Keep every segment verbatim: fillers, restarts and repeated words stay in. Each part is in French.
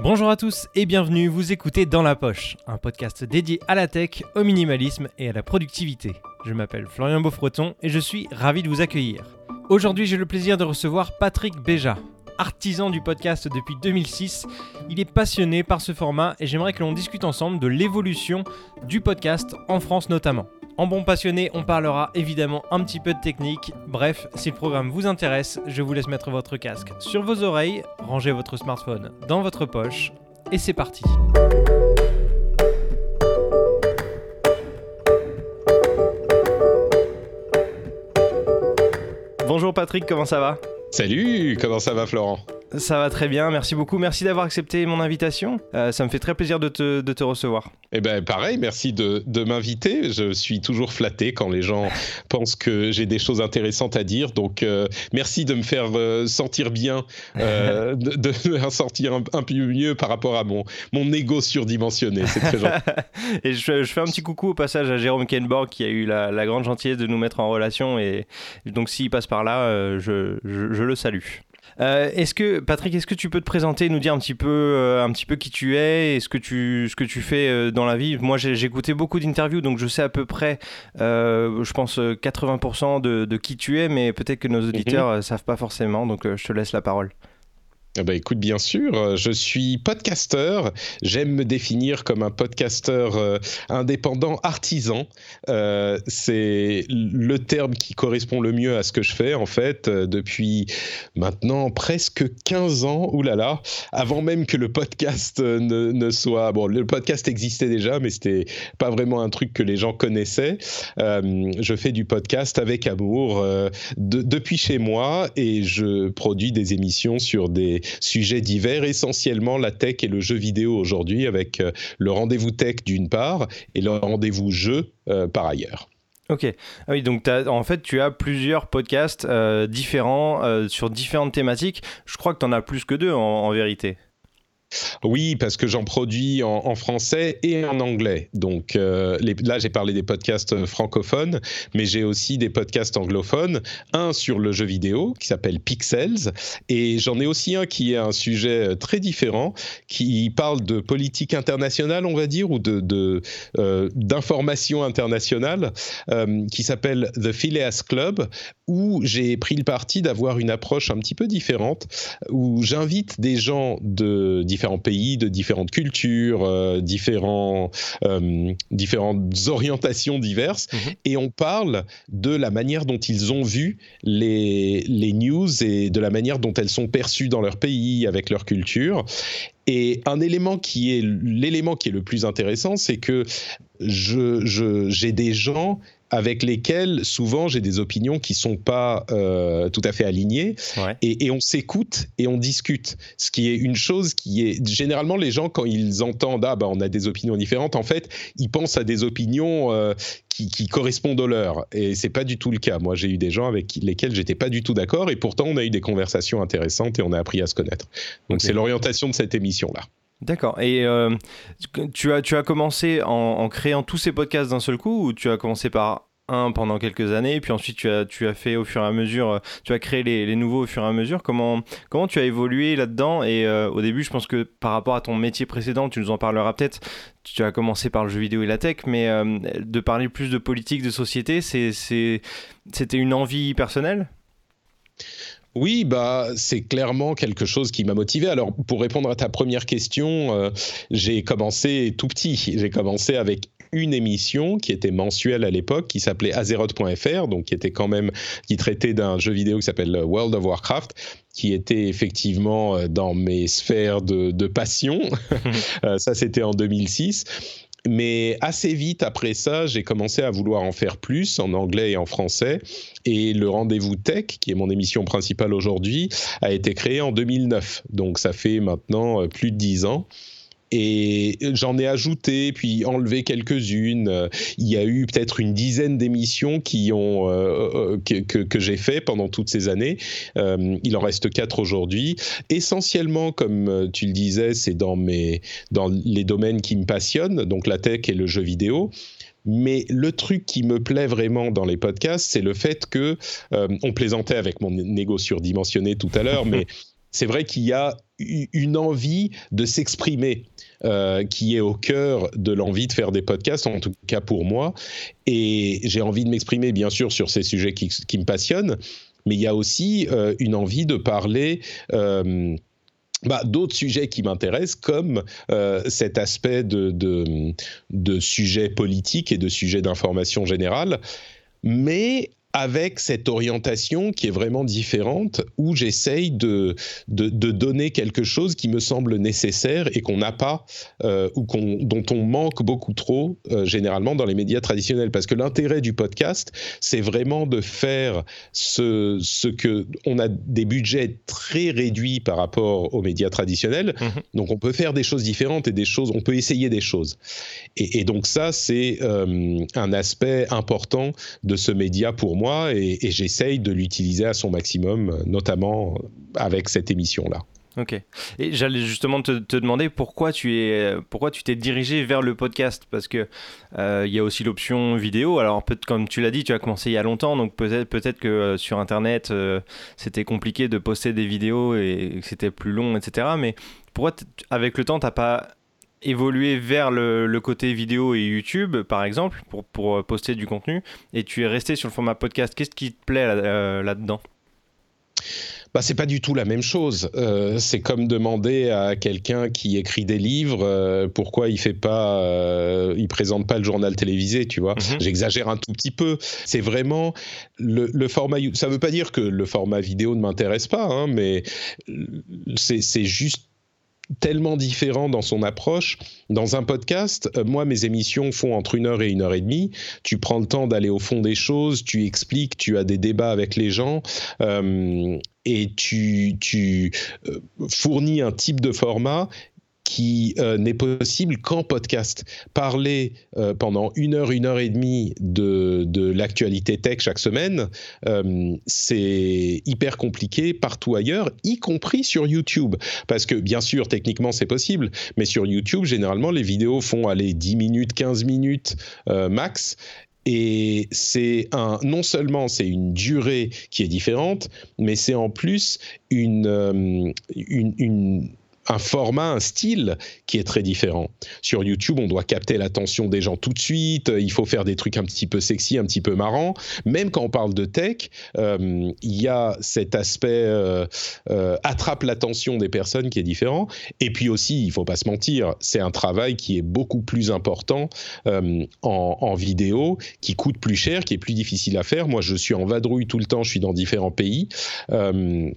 Bonjour à tous et bienvenue, vous écoutez Dans la Poche, un podcast dédié à la tech, au minimalisme et à la productivité. Je m'appelle Florian Beaufreton et je suis ravi de vous accueillir. Aujourd'hui, j'ai le plaisir de recevoir Patrick Béja. Artisan du podcast depuis deux mille six, il est passionné par ce format et j'aimerais que l'on discute ensemble de l'évolution du podcast en France notamment. En bon passionné, on parlera évidemment un petit peu de technique. Bref, si le programme vous intéresse, je vous laisse mettre votre casque sur vos oreilles, rangez votre smartphone dans votre poche et c'est parti. Bonjour Patrick, comment ça va ? Salut, comment ça va Florent ? Ça va très bien, merci beaucoup. Merci d'avoir accepté mon invitation. Euh, ça me fait très plaisir de te, de te recevoir. Eh bien, pareil, merci de, de m'inviter. Je suis toujours flatté quand les gens pensent que j'ai des choses intéressantes à dire. Donc, euh, merci de me faire euh, sentir bien, euh, de, de me faire sentir un, un peu mieux par rapport à mon, mon ego surdimensionné. C'est très gentil. Et je, je fais un petit coucou au passage à Jérôme Kenborg qui a eu la, la grande gentillesse de nous mettre en relation. Et donc, s'il passe par là, euh, je, je, je le salue. Euh, est-ce que Patrick, est-ce que tu peux te présenter, nous dire un petit peu, euh, un petit peu qui tu es et ce que tu, ce que tu fais euh, dans la vie ? Moi, j'ai, j'ai écouté beaucoup d'interviews, donc je sais à peu près, euh, je pense quatre-vingts pour cent de, de qui tu es, mais peut-être que nos auditeurs ne mm-hmm. savent pas forcément, donc euh, je te laisse la parole. Eh ben, écoute, bien sûr, je suis podcasteur. J'aime me définir comme un podcasteur euh, indépendant artisan. Euh, c'est le terme qui correspond le mieux à ce que je fais, en fait, euh, depuis maintenant presque quinze ans. Ouh là là, avant même que le podcast ne, ne soit... Bon, le podcast existait déjà, mais c'était pas vraiment un truc que les gens connaissaient. Euh, je fais du podcast avec amour euh, de, depuis chez moi et je produis des émissions sur des sujets divers, essentiellement la tech et le jeu vidéo aujourd'hui, avec euh, le rendez-vous tech d'une part et le rendez-vous jeu euh, par ailleurs. Ok, ah oui, donc en fait tu as plusieurs podcasts euh, différents euh, sur différentes thématiques. Je crois que tu en as plus que deux en, en vérité. Oui, parce que j'en produis en, en français et en anglais. Donc euh, les, là, j'ai parlé des podcasts francophones, mais j'ai aussi des podcasts anglophones. Un sur le jeu vidéo qui s'appelle Pixels, et j'en ai aussi un qui est un sujet très différent, qui parle de politique internationale, on va dire, ou de, de euh, d'information internationale, euh, qui s'appelle The Phileas Club, où j'ai pris le parti d'avoir une approche un petit peu différente, où j'invite des gens de différents pays, de différentes cultures, euh, différents, euh, différentes orientations diverses, mmh. et on parle de la manière dont ils ont vu les, les news et de la manière dont elles sont perçues dans leur pays, avec leur culture. Et un élément qui est l'élément qui est le plus intéressant, c'est que je, je, j'ai des gens avec lesquels souvent j'ai des opinions qui sont pas euh, tout à fait alignées, ouais. et, et on s'écoute et on discute, ce qui est une chose qui est généralement les gens quand ils entendent ah ben on a des opinions différentes, en fait ils pensent à des opinions euh, qui, qui correspondent aux leurs, et c'est pas du tout le cas. Moi j'ai eu des gens avec lesquels j'étais pas du tout d'accord et pourtant on a eu des conversations intéressantes et on a appris à se connaître. Donc okay. C'est l'orientation de cette émission là. D'accord. Et euh, tu as, tu as commencé en, en créant tous ces podcasts d'un seul coup, ou tu as commencé par un pendant quelques années, puis ensuite tu as, tu as fait au fur et à mesure, tu as créé les, les nouveaux au fur et à mesure. Comment, comment tu as évolué là-dedans ? Et euh, au début, je pense que par rapport à ton métier précédent, tu nous en parleras peut-être, tu as commencé par le jeu vidéo et la tech, mais euh, de parler plus de politique, de société, c'est, c'est, c'était une envie personnelle ? Oui, bah, c'est clairement quelque chose qui m'a motivé. Alors, pour répondre à ta première question, euh, j'ai commencé tout petit. J'ai commencé avec une émission qui était mensuelle à l'époque, qui s'appelait Azeroth point F R, donc qui était quand même, qui traitait d'un jeu vidéo qui s'appelle World of Warcraft, qui était effectivement dans mes sphères de, de passion. Ça, c'était en deux mille six. Mais assez vite après ça, j'ai commencé à vouloir en faire plus en anglais et en français. Et le Rendez-vous Tech, qui est mon émission principale aujourd'hui, a été créé en deux mille neuf. Donc ça fait maintenant plus de dix ans. Et j'en ai ajouté, puis enlevé quelques-unes. Il y a eu peut-être une dizaine d'émissions qui ont, euh, que, que, que j'ai fait pendant toutes ces années. Euh, il en reste quatre aujourd'hui. Essentiellement, comme tu le disais, c'est dans, mes, dans les domaines qui me passionnent, donc la tech et le jeu vidéo. Mais le truc qui me plaît vraiment dans les podcasts, c'est le fait que, euh, on plaisantait avec mon égo surdimensionné tout à l'heure, mais c'est vrai qu'il y a une envie de s'exprimer euh, qui est au cœur de l'envie de faire des podcasts, en tout cas pour moi. Et j'ai envie de m'exprimer, bien sûr, sur ces sujets qui, qui me passionnent, mais il y a aussi euh, une envie de parler euh, bah, d'autres sujets qui m'intéressent, comme euh, cet aspect de, de, de sujets politiques et de sujets d'information générale, mais avec cette orientation qui est vraiment différente, où j'essaye de, de, de donner quelque chose qui me semble nécessaire et qu'on n'a pas, euh, ou qu'on, dont on manque beaucoup trop, euh, généralement, dans les médias traditionnels. Parce que l'intérêt du podcast, c'est vraiment de faire ce, ce que... On a des budgets très réduits par rapport aux médias traditionnels, mmh. donc on peut faire des choses différentes et des choses... On peut essayer des choses. Et, et donc ça, c'est euh, un aspect important de ce média pour moi. Et, et j'essaye de l'utiliser à son maximum, notamment avec cette émission-là. Ok. Et j'allais justement te, te demander pourquoi tu es, pourquoi tu t'es dirigé vers le podcast, parce que euh, il y a aussi l'option vidéo. Alors peut-être, comme tu l'as dit, tu as commencé il y a longtemps, donc peut-être, peut-être que euh, sur Internet, euh, c'était compliqué de poster des vidéos et que c'était plus long, et cetera. Mais pourquoi, t- avec le temps, t'as pas évolué vers le, le côté vidéo et YouTube, par exemple, pour, pour poster du contenu, et tu es resté sur le format podcast? Qu'est-ce qui te plaît là, euh, là-dedans? Bah, c'est pas du tout la même chose. Euh, c'est comme demander à quelqu'un qui écrit des livres euh, pourquoi il fait pas, euh, il présente pas le journal télévisé, tu vois. Mm-hmm. J'exagère un tout petit peu. C'est vraiment le, le format. Ça veut pas dire que le format vidéo ne m'intéresse pas, hein, mais c'est, c'est juste tellement différent dans son approche. Dans un podcast, euh, moi, mes émissions font entre une heure et une heure et demie. Tu prends le temps d'aller au fond des choses, tu expliques, tu as des débats avec les gens euh, et tu, tu euh, fournis un type de format qui euh, n'est possible qu'en podcast. Parler euh, pendant une heure, une heure et demie de, de l'actualité tech chaque semaine, euh, c'est hyper compliqué partout ailleurs, y compris sur YouTube. Parce que, bien sûr, techniquement, c'est possible, mais sur YouTube, généralement, les vidéos font aller dix minutes, quinze minutes euh, max. Et c'est un, non seulement c'est une durée qui est différente, mais c'est en plus une... Euh, une, une un format, un style qui est très différent. Sur YouTube, on doit capter l'attention des gens tout de suite, il faut faire des trucs un petit peu sexy, un petit peu marrants. Même quand on parle de tech, euh, il y a cet aspect euh, euh, attrape l'attention des personnes qui est différent. Et puis aussi, il ne faut pas se mentir, c'est un travail qui est beaucoup plus important euh, en, en vidéo, qui coûte plus cher, qui est plus difficile à faire. Moi, je suis en vadrouille tout le temps, je suis dans différents pays. Euh,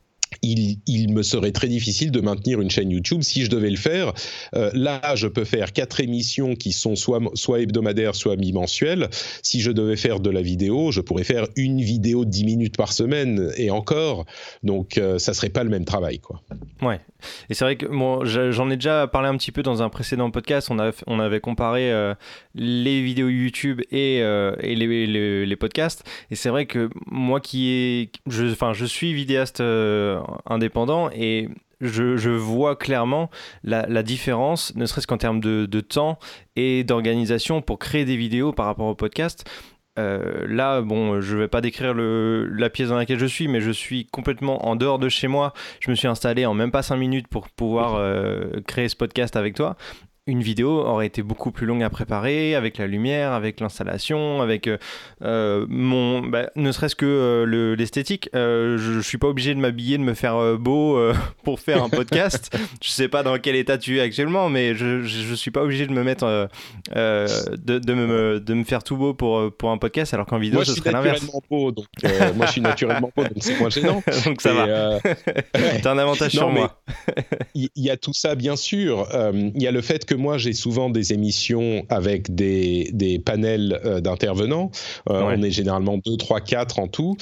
Il, il me serait très difficile de maintenir une chaîne YouTube si je devais le faire. Euh, là, je peux faire quatre émissions qui sont soit, soit hebdomadaires, soit bimensuelles. Si je devais faire de la vidéo, je pourrais faire une vidéo de dix minutes par semaine et encore. Donc, euh, ça ne serait pas le même travail, quoi. Ouais. Et c'est vrai que bon, j'en ai déjà parlé un petit peu dans un précédent podcast. On, a, on avait comparé euh, les vidéos YouTube et, euh, et les, les, les podcasts. Et c'est vrai que moi qui est, je, enfin, je suis vidéaste euh, indépendant et je, je vois clairement la, la différence, ne serait-ce qu'en termes de, de temps et d'organisation pour créer des vidéos par rapport au podcast. Euh, là, bon, je vais pas décrire le, la pièce dans laquelle je suis, mais je suis complètement en dehors de chez moi. Je me suis installé en même pas cinq minutes pour pouvoir euh, créer ce podcast avec toi. Une vidéo aurait été beaucoup plus longue à préparer, avec la lumière, avec l'installation, avec euh, mon, bah, ne serait-ce que euh, le, l'esthétique. Euh, je, je suis pas obligé de m'habiller, de me faire euh, beau euh, pour faire un podcast. Je sais pas dans quel état tu es actuellement, mais je, je, je suis pas obligé de me mettre, euh, euh, de, de, me, de me faire tout beau pour, pour un podcast, alors qu'en vidéo, moi, ce serait l'inverse. Beau, donc, euh, moi, je suis naturellement beau, donc c'est moins gênant. Donc ça Et, va. Euh... T'as un avantage non, sur moi. Il y, y a tout ça, bien sûr. Il euh, y a le fait que moi, j'ai souvent des émissions avec des, des panels euh, d'intervenants. Euh, ouais. On est généralement deux, trois, quatre en tout.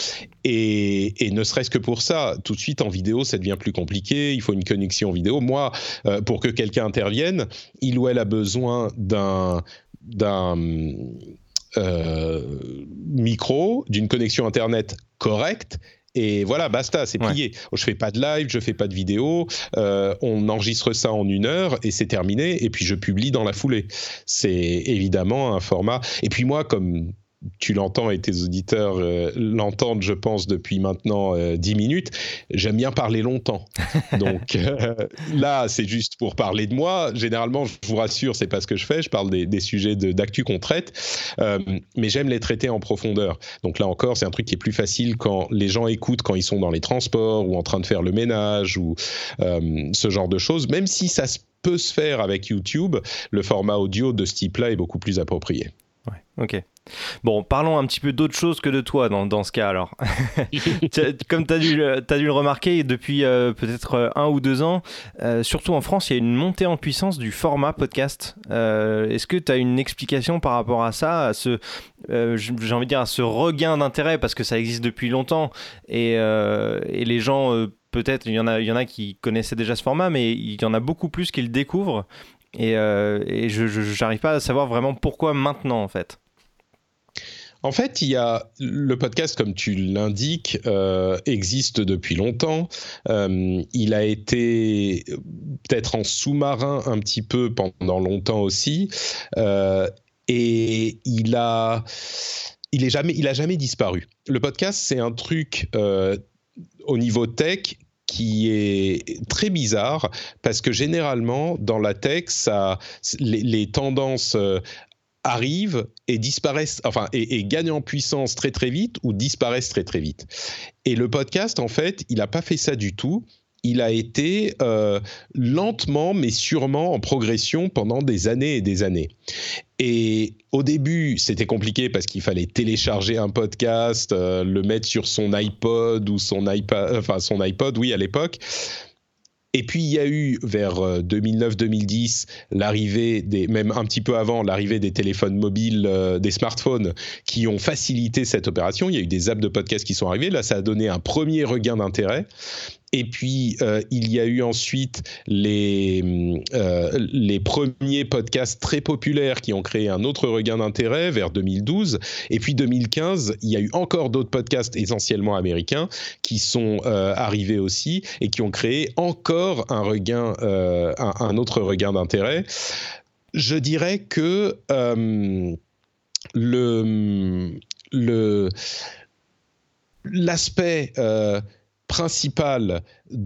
Et, et ne serait-ce que pour ça, tout de suite en vidéo, ça devient plus compliqué. Il faut une connexion vidéo. Moi, euh, pour que quelqu'un intervienne, il ou elle a besoin d'un... d'un euh, micro, d'une connexion Internet correcte. Et voilà, basta, c'est plié. Ouais. Je fais pas de live, je fais pas de vidéo. Euh, on enregistre ça en une heure et c'est terminé. Et puis je publie dans la foulée. C'est évidemment un format. Et puis moi, comme tu l'entends et tes auditeurs euh, l'entendent, je pense, depuis maintenant euh, dix minutes, j'aime bien parler longtemps. Donc euh, là, c'est juste pour parler de moi. Généralement, je vous rassure, c'est pas ce que je fais. Je parle des, des sujets de, d'actu qu'on traite, euh, mais j'aime les traiter en profondeur. Donc là encore, c'est un truc qui est plus facile quand les gens écoutent, quand ils sont dans les transports ou en train de faire le ménage ou euh, ce genre de choses. Même si ça peut se faire avec YouTube, le format audio de ce type-là est beaucoup plus approprié. Ouais, ok. Bon, parlons un petit peu d'autre chose que de toi dans, dans ce cas alors. Comme tu as dû, t'as dû le remarquer, depuis euh, peut-être un ou deux ans, euh, surtout en France, il y a une montée en puissance du format podcast. Euh, est-ce que tu as une explication par rapport à ça, à ce, euh, j'ai envie de dire, à ce regain d'intérêt, parce que ça existe depuis longtemps et, euh, et les gens, euh, peut-être, il y en a, il y en a qui connaissaient déjà ce format, mais il y en a beaucoup plus qui le découvrent et, euh, et je n'arrive pas à savoir vraiment pourquoi maintenant en fait. En fait, il y a le podcast, comme tu l'indiques, euh, existe depuis longtemps. Euh, il a été peut-être en sous-marin un petit peu pendant longtemps aussi, euh, et il a, il est jamais, il a jamais disparu. Le podcast, c'est un truc euh, au niveau tech qui est très bizarre parce que généralement dans la tech, ça, les, les tendances euh, arrivent et disparaissent, enfin, et, et gagnent en puissance très très vite ou disparaissent très très vite. Et le podcast, en fait, il n'a pas fait ça du tout. Il a été euh, lentement mais sûrement en progression pendant des années et des années. Et au début, c'était compliqué parce qu'il fallait télécharger un podcast, euh, le mettre sur son iPod ou son iPad, enfin son iPod, oui, à l'époque. Et puis il y a eu vers deux mille neuf deux mille dix l'arrivée des, même un petit peu avant, l'arrivée des téléphones mobiles, euh, des smartphones qui ont facilité cette opération. Il y a eu des apps de podcast qui sont arrivées. Là, ça a donné un premier regain d'intérêt. Et puis, euh, il y a eu ensuite les, euh, les premiers podcasts très populaires qui ont créé un autre regain d'intérêt vers deux mille douze. Et puis, deux mille quinze, il y a eu encore d'autres podcasts essentiellement américains qui sont euh, arrivés aussi et qui ont créé encore un regain, euh, un, un autre regain d'intérêt. Je dirais que euh, le, le, l'aspect... Euh, principal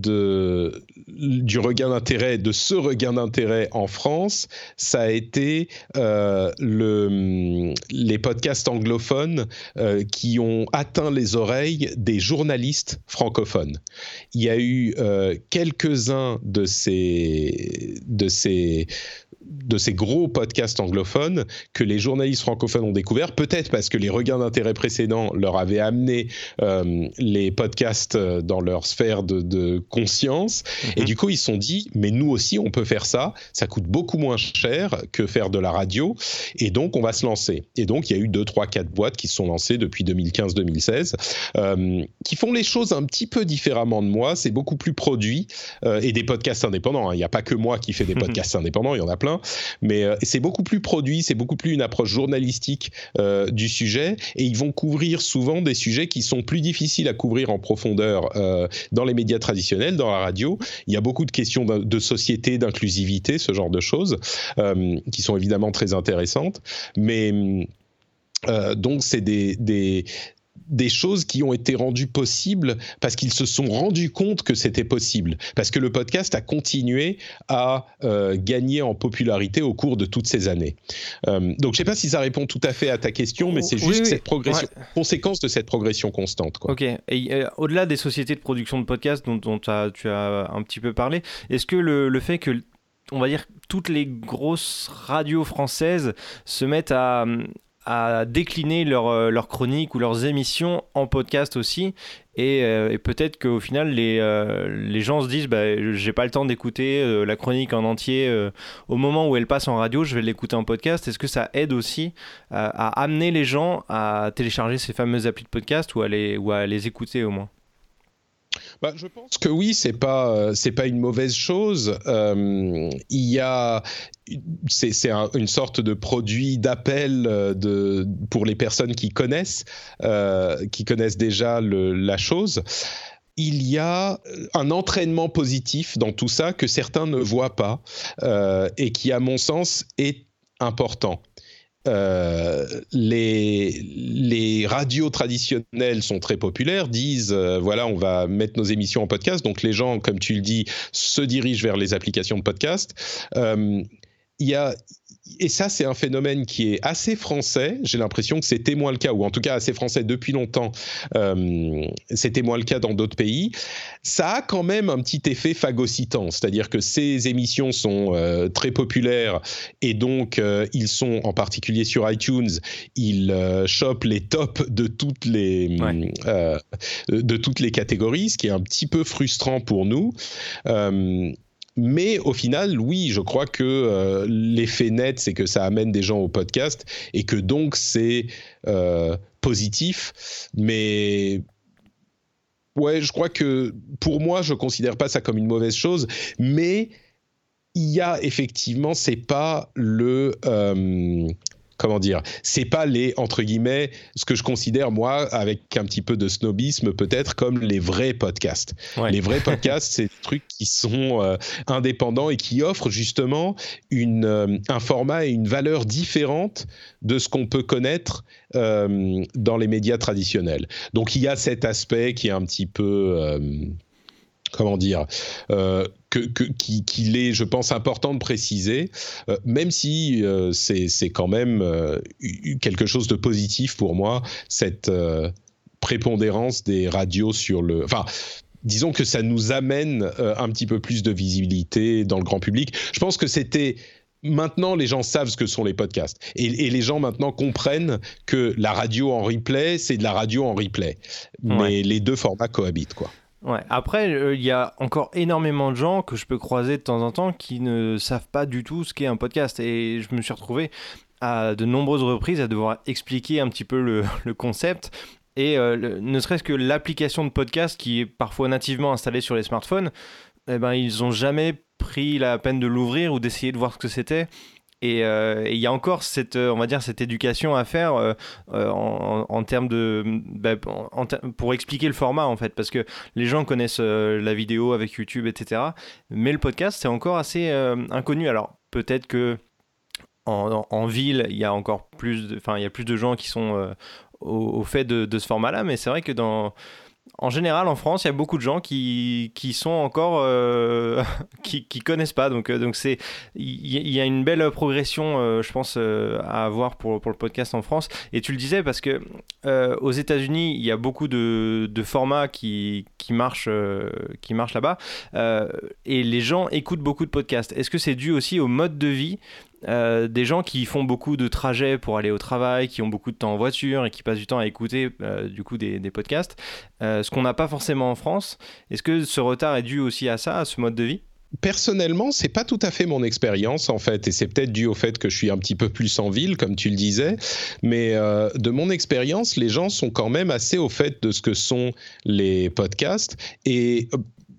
de, du regain d'intérêt, de ce regain d'intérêt en France, ça a été euh, le, les podcasts anglophones euh, qui ont atteint les oreilles des journalistes francophones. Il y a eu euh, quelques-uns de ces, de ces de ces gros podcasts anglophones que les journalistes francophones ont découvert, peut-être parce que les regains d'intérêt précédents leur avaient amené euh, les podcasts dans leur sphère de, de conscience, mmh. Et du coup ils se sont dit, mais nous aussi on peut faire ça, ça coûte beaucoup moins cher que faire de la radio, et donc on va se lancer. Et donc il y a eu deux, trois, quatre boîtes qui se sont lancées depuis deux mille quinze deux mille seize, euh, qui font les choses un petit peu différemment de moi, c'est beaucoup plus produit, euh, et des podcasts indépendants, il hein. n'y a pas que moi qui fais des podcasts indépendants, il y en a plein, mais euh, c'est beaucoup plus produit, c'est beaucoup plus une approche journalistique euh, du sujet, et ils vont couvrir souvent des sujets qui sont plus difficiles à couvrir en profondeur euh, dans les médias traditionnels, dans la radio. Il y a beaucoup de questions de, de société, d'inclusivité, ce genre de choses, euh, qui sont évidemment très intéressantes, mais euh, donc c'est des... des des choses qui ont été rendues possibles parce qu'ils se sont rendus compte que c'était possible, parce que le podcast a continué à euh, gagner en popularité au cours de toutes ces années. Euh, donc je ne sais pas si ça répond tout à fait à ta question, mais c'est juste oui, oui. cette progression, ouais. conséquence de cette progression constante, quoi. Ok, et euh, au-delà des sociétés de production de podcasts dont, dont t'as, tu as un petit peu parlé, est-ce que le, le fait que, on va dire, toutes les grosses radios françaises se mettent à... à décliner leurs leur chroniques ou leurs émissions en podcast aussi, et, euh, et peut-être qu'au final les, euh, les gens se disent bah, j'ai pas le temps d'écouter euh, la chronique en entier euh, au moment où elle passe en radio, je vais l'écouter en podcast. Est-ce que ça aide aussi à, à amener les gens à télécharger ces fameuses applis de podcast ou à les, ou à les écouter au moins? Bah, je pense que oui, c'est pas euh, c'est pas une mauvaise chose. Euh, il y a c'est c'est un, une sorte de produit d'appel de pour les personnes qui connaissent euh, qui connaissent déjà le, la chose. Il y a un entraînement positif dans tout ça que certains ne voient pas euh, et qui, à mon sens, est important. Euh, les, les radios traditionnelles sont très populaires, disent euh, voilà, on va mettre nos émissions en podcast. Donc les gens, comme tu le dis, se dirigent vers les applications de podcast. Euh, il y a Et ça, c'est un phénomène qui est assez français. J'ai l'impression que c'était moins le cas, ou en tout cas assez français depuis longtemps. Euh, c'était moins le cas dans d'autres pays. Ça a quand même un petit effet phagocytant, c'est-à-dire que ces émissions sont euh, très populaires et donc euh, ils sont, en particulier sur iTunes, ils euh, chopent les tops de toutes les, ouais. euh, de toutes les catégories, ce qui est un petit peu frustrant pour nous. Euh, Mais au final, oui, je crois que euh, l'effet net, c'est que ça amène des gens au podcast et que donc c'est euh, positif. Mais ouais, je crois que pour moi, je ne considère pas ça comme une mauvaise chose. Mais il y a effectivement, c'est pas le... Euh, comment dire, c'est pas les, entre guillemets, ce que je considère, moi, avec un petit peu de snobisme, peut-être, comme les vrais podcasts. Ouais. Les vrais podcasts, c'est des trucs qui sont euh, indépendants et qui offrent justement une, euh, un format et une valeur différente de ce qu'on peut connaître euh, dans les médias traditionnels. Donc, il y a cet aspect qui est un petit peu... Euh, comment dire, euh, que, que, qu'il est, je pense, important de préciser, euh, même si euh, c'est, c'est quand même euh, quelque chose de positif pour moi, cette euh, prépondérance des radios sur le... Enfin, disons que ça nous amène euh, un petit peu plus de visibilité dans le grand public. Je pense que c'était... Maintenant, les gens savent ce que sont les podcasts. Et, et les gens, maintenant, comprennent que la radio en replay, c'est de la radio en replay. Mais ouais. Les deux formats cohabitent, quoi. Ouais. Après, il euh, y a encore énormément de gens que je peux croiser de temps en temps qui ne savent pas du tout ce qu'est un podcast. Et je me suis retrouvé à de nombreuses reprises à devoir expliquer un petit peu le, le concept. Et euh, le, ne serait-ce que l'application de podcast qui est parfois nativement installée sur les smartphones, eh ben, ils n'ont jamais pris la peine de l'ouvrir ou d'essayer de voir ce que c'était. Et il euh, y a encore cette, on va dire, cette éducation à faire euh, en, en termes de, bah, en, en, pour expliquer le format en fait, parce que les gens connaissent euh, la vidéo avec YouTube, et cetera. Mais le podcast, c'est encore assez euh, inconnu. Alors peut-être que en, en, en ville, il y a encore plus, enfin il y a plus de gens qui sont euh, au, au fait de, de ce format-là, mais c'est vrai que dans En général, en France, il y a beaucoup de gens qui, qui sont encore... Euh, qui ne connaissent pas. Donc, donc c'est, il y, y a une belle progression, euh, je pense, euh, à avoir pour, pour le podcast en France. Et tu le disais parce que euh, aux États-Unis, il y a beaucoup de, de formats qui, qui, marchent, euh, qui marchent là-bas. Euh, et les gens écoutent beaucoup de podcasts. Est-ce que c'est dû aussi au mode de vie ? Euh, des gens qui font beaucoup de trajets pour aller au travail, qui ont beaucoup de temps en voiture et qui passent du temps à écouter euh, du coup des, des podcasts, euh, ce qu'on n'a pas forcément en France. Est-ce que ce retard est dû aussi à ça, à ce mode de vie ? Personnellement, c'est pas tout à fait mon expérience en fait, et c'est peut-être dû au fait que je suis un petit peu plus en ville, comme tu le disais. Mais euh, de mon expérience, les gens sont quand même assez au fait de ce que sont les podcasts. Et euh,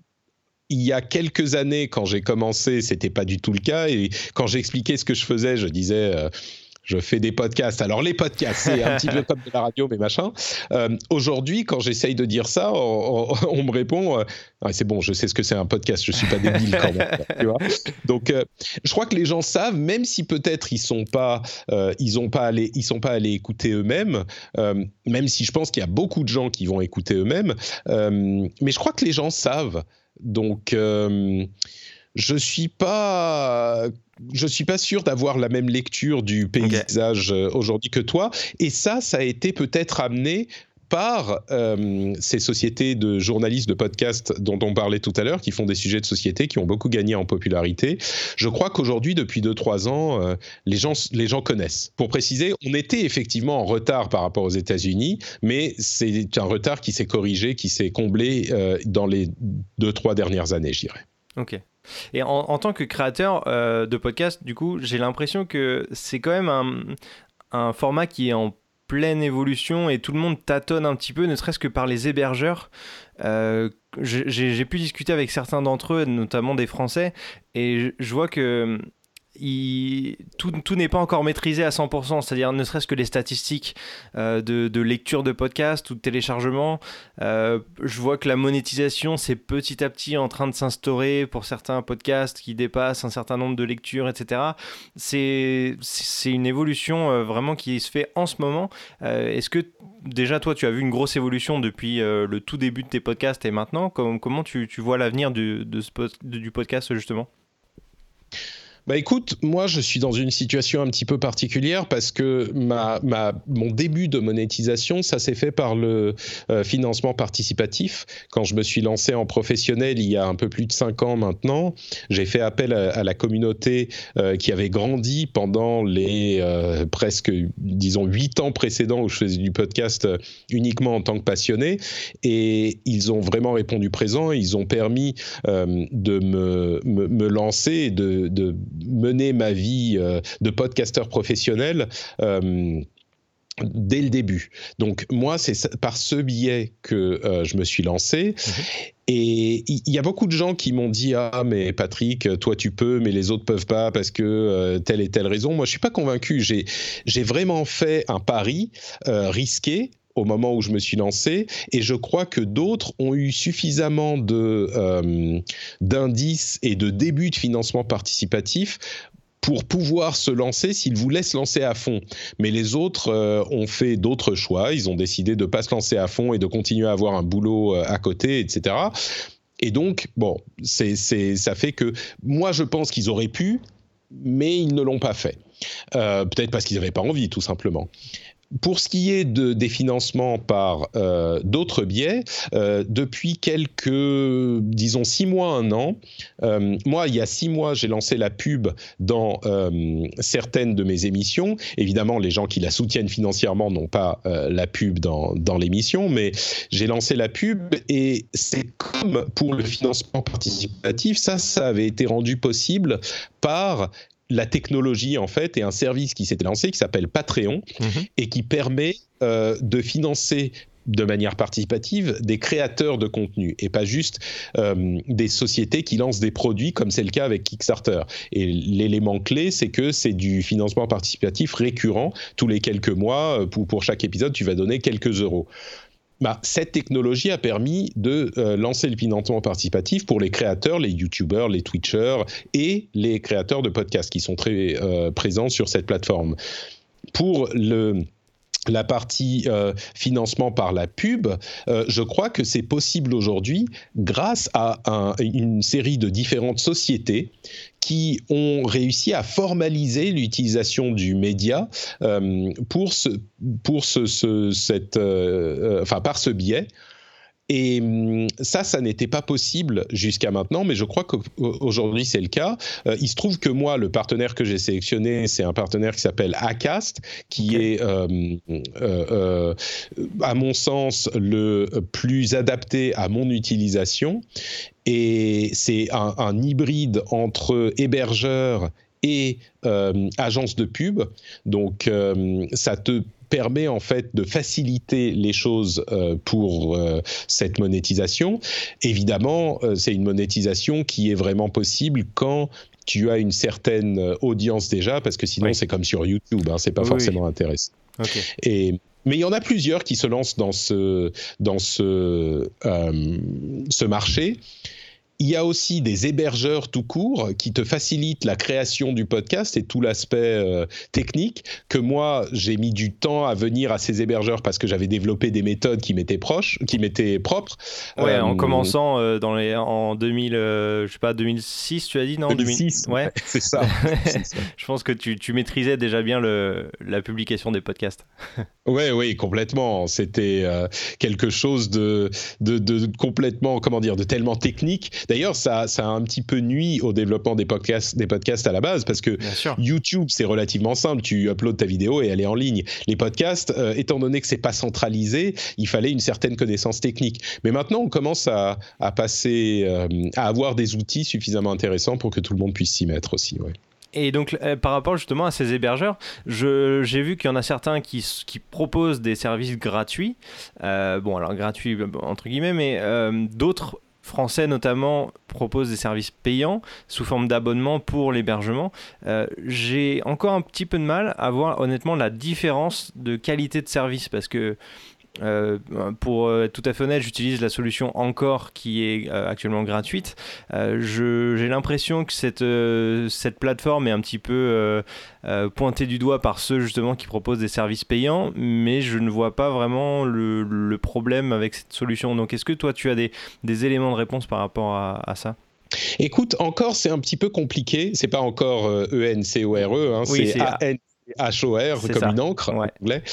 il y a quelques années, quand j'ai commencé, c'était pas du tout le cas. Et quand j'expliquais ce que je faisais, je disais... Euh, je fais des podcasts. Alors, les podcasts, c'est un petit peu comme de la radio, mais machin. Euh, aujourd'hui, quand j'essaye de dire ça, on, on, on me répond euh, ah, c'est bon, je sais ce que c'est un podcast, je ne suis pas débile quand même. Tu vois. Donc, euh, je crois que les gens savent, même si peut-être ils ne sont pas, euh, ils ont pas allé, ils sont pas allés écouter eux-mêmes, euh, même si je pense qu'il y a beaucoup de gens qui vont écouter eux-mêmes. Euh, mais je crois que les gens savent. Donc, euh, je ne suis pas... Je ne suis pas sûr d'avoir la même lecture du paysage okay. aujourd'hui que toi. Et ça, ça a été peut-être amené par euh, ces sociétés de journalistes de podcasts dont on parlait tout à l'heure, qui font des sujets de société, qui ont beaucoup gagné en popularité. Je crois qu'aujourd'hui, depuis deux trois ans, euh, les gens, les gens connaissent. Pour préciser, on était effectivement en retard par rapport aux États-Unis, mais c'est un retard qui s'est corrigé, qui s'est comblé euh, dans les deux trois dernières années, je dirais. Ok. Et en, en tant que créateur euh, de podcast, du coup, j'ai l'impression que c'est quand même un, un format qui est en pleine évolution et tout le monde tâtonne un petit peu, ne serait-ce que par les hébergeurs. Euh, j'ai, j'ai pu discuter avec certains d'entre eux, notamment des Français, et je vois que il, tout, tout n'est pas encore maîtrisé à cent pour cent, c'est-à-dire ne serait-ce que les statistiques euh, de, de lecture de podcast ou de téléchargement. Euh, je vois que la monétisation, c'est petit à petit en train de s'instaurer pour certains podcasts qui dépassent un certain nombre de lectures, et cetera. C'est, c'est une évolution euh, vraiment qui se fait en ce moment. Euh, est-ce que déjà, toi, tu as vu une grosse évolution depuis euh, le tout début de tes podcasts et maintenant? Comment, comment tu, tu vois l'avenir du, de ce, du podcast, justement? Bah écoute, moi je suis dans une situation un petit peu particulière parce que ma, ma, mon début de monétisation, ça s'est fait par le euh, financement participatif. Quand je me suis lancé en professionnel il y a un peu plus de cinq ans maintenant, j'ai fait appel à, à la communauté euh, qui avait grandi pendant les euh, presque, disons, huit ans précédents où je faisais du podcast uniquement en tant que passionné. Et ils ont vraiment répondu présent. Ils ont permis euh, de me, me, me lancer et de, de mener ma vie euh, de podcasteur professionnel euh, dès le début. Donc moi, c'est par ce biais que euh, je me suis lancé. Mmh. Et il y, y a beaucoup de gens qui m'ont dit « Ah, mais Patrick, toi tu peux, mais les autres peuvent pas parce que euh, telle et telle raison. » Moi, je suis pas convaincu. J'ai, j'ai vraiment fait un pari euh, risqué au moment où je me suis lancé, et je crois que d'autres ont eu suffisamment de, euh, d'indices et de débuts de financement participatif pour pouvoir se lancer s'ils voulaient se lancer à fond. Mais les autres euh, ont fait d'autres choix, ils ont décidé de ne pas se lancer à fond et de continuer à avoir un boulot euh, à côté, et cetera. Et donc, bon, c'est, c'est, ça fait que moi je pense qu'ils auraient pu, mais ils ne l'ont pas fait. Euh, peut-être parce qu'ils n'avaient pas envie, tout simplement. Pour ce qui est de, des financements par euh, d'autres biais, euh, depuis quelques, disons, six mois, un an, euh, moi, il y a six mois, j'ai lancé la pub dans euh, certaines de mes émissions. Évidemment, les gens qui la soutiennent financièrement n'ont pas euh, la pub dans, dans l'émission, mais j'ai lancé la pub et c'est comme pour le financement participatif, ça, ça avait été rendu possible par la technologie, en fait, et un service qui s'était lancé qui s'appelle Patreon mmh. et qui permet euh, de financer de manière participative des créateurs de contenu et pas juste euh, des sociétés qui lancent des produits comme c'est le cas avec Kickstarter. Et l'élément clé, c'est que c'est du financement participatif récurrent. Tous les quelques mois, pour, pour chaque épisode, tu vas donner quelques euros. Bah, cette technologie a permis de euh, lancer le financement participatif pour les créateurs, les youtubeurs, les twitchers et les créateurs de podcasts qui sont très euh, présents sur cette plateforme. Pour le... la partie euh, financement par la pub, euh, je crois que c'est possible aujourd'hui grâce à un, une série de différentes sociétés qui ont réussi à formaliser l'utilisation du média euh, pour ce, pour ce, ce, cette, euh, enfin par ce biais. Et ça, ça n'était pas possible jusqu'à maintenant, mais je crois qu'aujourd'hui, c'est le cas. Euh, il se trouve que moi, le partenaire que j'ai sélectionné, c'est un partenaire qui s'appelle Acast, qui okay. est, euh, euh, euh, à mon sens, le plus adapté à mon utilisation. Et c'est un, un hybride entre hébergeur et euh, agence de pub. Donc, euh, ça te permet en fait de faciliter les choses euh, pour euh, cette monétisation. Évidemment, euh, c'est une monétisation qui est vraiment possible quand tu as une certaine audience déjà, parce que sinon oui. c'est comme sur YouTube, hein, c'est pas oui, forcément oui. intéressant. Okay. Et mais il y en a plusieurs qui se lancent dans ce dans ce euh, ce marché. Il y a aussi des hébergeurs tout court qui te facilitent la création du podcast et tout l'aspect euh, technique que moi, j'ai mis du temps à venir à ces hébergeurs parce que j'avais développé des méthodes qui m'étaient proches, qui m'étaient propres. Ouais, euh, en commençant euh, dans les, en deux mille, euh, je sais pas, deux mille six, tu as dit, non deux mille six, ouais. C'est ça. C'est ça. Je pense que tu, tu maîtrisais déjà bien le, la publication des podcasts. Oui, oui, complètement. C'était euh, quelque chose de, de, de complètement, comment dire, de tellement technique. D'ailleurs, ça, ça a un petit peu nui au développement des podcasts, des podcasts à la base, parce que YouTube, c'est relativement simple. Tu uploads ta vidéo et elle est en ligne. Les podcasts, euh, étant donné que c'est pas centralisé, il fallait une certaine connaissance technique. Mais maintenant, on commence à, à passer, euh, à avoir des outils suffisamment intéressants pour que tout le monde puisse s'y mettre aussi, ouais. Et donc, euh, par rapport justement à ces hébergeurs, je, j'ai vu qu'il y en a certains qui, qui proposent des services gratuits. Euh, bon, alors gratuits entre guillemets, mais euh, d'autres français notamment proposent des services payants sous forme d'abonnement pour l'hébergement. Euh, j'ai encore un petit peu de mal à voir honnêtement la différence de qualité de service parce que Euh, pour être tout à fait honnête, j'utilise la solution Encore qui est euh, actuellement gratuite. Euh, je, j'ai l'impression que cette, euh, cette plateforme est un petit peu euh, euh, pointée du doigt par ceux justement qui proposent des services payants, mais je ne vois pas vraiment le, le problème avec cette solution. Donc est-ce que toi tu as des, des éléments de réponse par rapport à, à ça ? Écoute, Encore c'est un petit peu compliqué. C'est pas encore euh, E N C O R E, hein, oui, c'est, c'est A N H O R c'est comme ça. une encre Ouais. en anglais.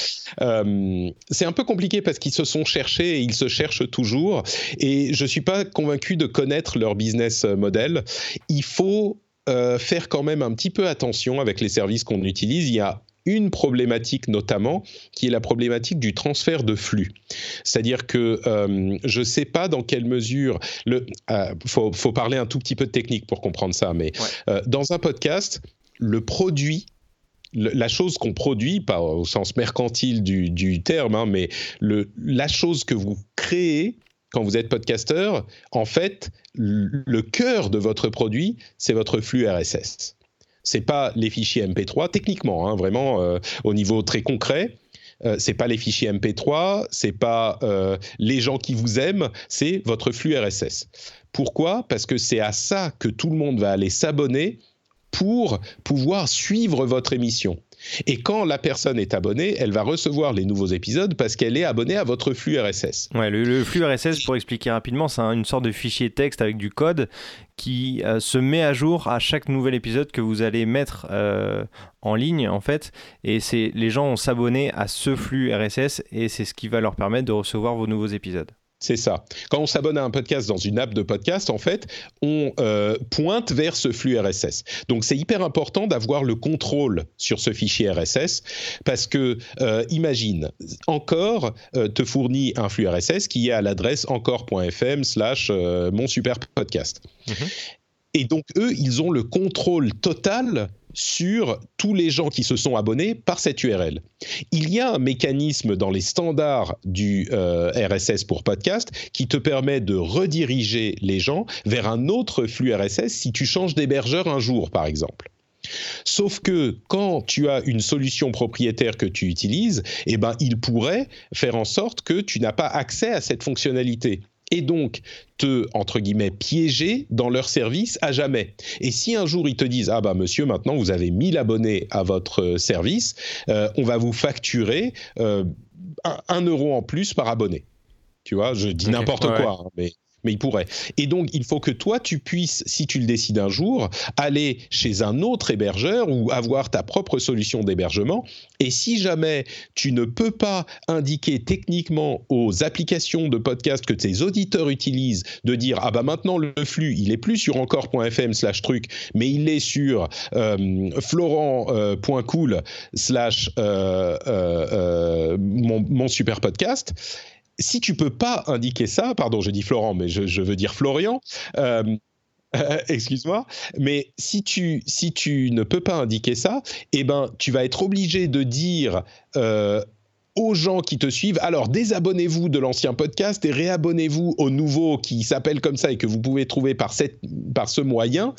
Euh, c'est un peu compliqué parce qu'ils se sont cherchés et ils se cherchent toujours. Et je suis pas convaincu de connaître leur business model. Il faut euh, faire quand même un petit peu attention avec les services qu'on utilise. Il y a une problématique notamment, qui est la problématique du transfert de flux. C'est-à-dire que euh, je ne sais pas dans quelle mesure... Il euh, faut, faut parler un tout petit peu de technique pour comprendre ça, mais ouais. euh, dans un podcast, le produit, le, la chose qu'on produit, pas au sens mercantile du, du terme, hein, mais le, la chose que vous créez quand vous êtes podcasteur, en fait, le, le cœur de votre produit, c'est votre flux R S S. C'est pas les fichiers M P trois, techniquement, hein, vraiment euh, au niveau très concret. Euh, c'est pas les fichiers M P trois, c'est pas euh, les gens qui vous aiment, c'est votre flux R S S. Pourquoi ? Parce que c'est à ça que tout le monde va aller s'abonner pour pouvoir suivre votre émission. Et quand la personne est abonnée, elle va recevoir les nouveaux épisodes parce qu'elle est abonnée à votre flux R S S. Ouais, le, le flux R S S, pour expliquer rapidement, c'est un, une sorte de fichier texte avec du code qui euh, se met à jour à chaque nouvel épisode que vous allez mettre euh, en ligne, en fait. Et c'est, les gens vont s'abonner à ce flux R S S et c'est ce qui va leur permettre de recevoir vos nouveaux épisodes. C'est ça. Quand on s'abonne à un podcast dans une app de podcast, en fait, on euh, pointe vers ce flux R S S. Donc, c'est hyper important d'avoir le contrôle sur ce fichier R S S parce que, euh, imagine, Encore euh, te fournit un flux R S S qui est à l'adresse encore.fm slash mon super podcast. Mmh. Et donc, eux, ils ont le contrôle total sur tous les gens qui se sont abonnés par cette U R L. Il y a un mécanisme dans les standards du euh, R S S pour podcast qui te permet de rediriger les gens vers un autre flux R S S si tu changes d'hébergeur un jour, par exemple. Sauf que quand tu as une solution propriétaire que tu utilises, eh ben, il pourrait faire en sorte que tu n'as pas accès à cette fonctionnalité. Et donc te, entre guillemets, piéger dans leur service à jamais. Et si un jour ils te disent « Ah bah monsieur, maintenant vous avez mille abonnés à votre service, euh, on va vous facturer euh, un, un euro en plus par abonné. » Tu vois, je dis okay, n'importe ouais, quoi, ouais. Hein, mais... mais il pourrait. Et donc, il faut que toi, tu puisses, si tu le décides un jour, aller chez un autre hébergeur ou avoir ta propre solution d'hébergement. Et si jamais tu ne peux pas indiquer techniquement aux applications de podcast que tes auditeurs utilisent de dire « Ah bah maintenant, le flux, il est plus sur encore.fm slash truc, mais il est sur euh, florent.cool euh, slash euh, euh, euh, mon, mon super podcast », si tu peux pas indiquer ça, pardon, je dis Florent, mais je, je veux dire Florian, euh, euh, excuse-moi, mais si tu, si tu ne peux pas indiquer ça, eh ben, tu vas être obligé de dire euh, aux gens qui te suivent, alors désabonnez-vous de l'ancien podcast et réabonnez-vous au nouveau qui s'appelle comme ça et que vous pouvez trouver par, cette, par ce moyen.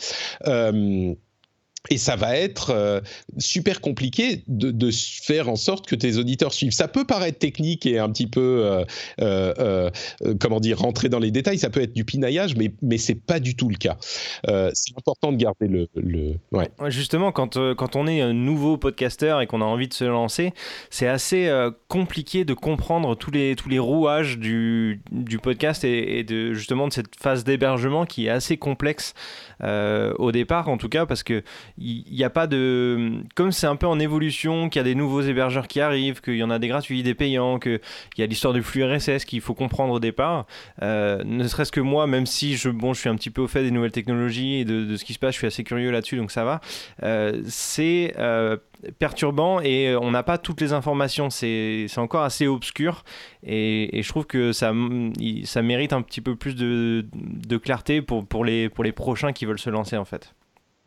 Euh, Et ça va être euh, super compliqué de, de faire en sorte que tes auditeurs suivent. Ça peut paraître technique et un petit peu, euh, euh, euh, comment dire, rentrer dans les détails. Ça peut être du pinaillage, mais, mais ce n'est pas du tout le cas. Euh, c'est important de garder le... le ouais. Justement, quand, euh, quand on est un nouveau podcasteur et qu'on a envie de se lancer, c'est assez euh, compliqué de comprendre tous les, tous les rouages du, du podcast et, et de, justement de cette phase d'hébergement qui est assez complexe euh, au départ, en tout cas, parce que il n'y a pas de... Comme c'est un peu en évolution, qu'il y a des nouveaux hébergeurs qui arrivent, qu'il y en a des gratuits, des payants, qu'il y a l'histoire du flux R S S qu'il faut comprendre au départ, euh, ne serait-ce que moi, même si je, bon, je suis un petit peu au fait des nouvelles technologies et de, de ce qui se passe, je suis assez curieux là-dessus, donc ça va, euh, c'est... Euh, perturbant et on n'a pas toutes les informations, c'est, c'est encore assez obscur et, et je trouve que ça, ça mérite un petit peu plus de, de clarté pour, pour, les, pour les prochains qui veulent se lancer en fait.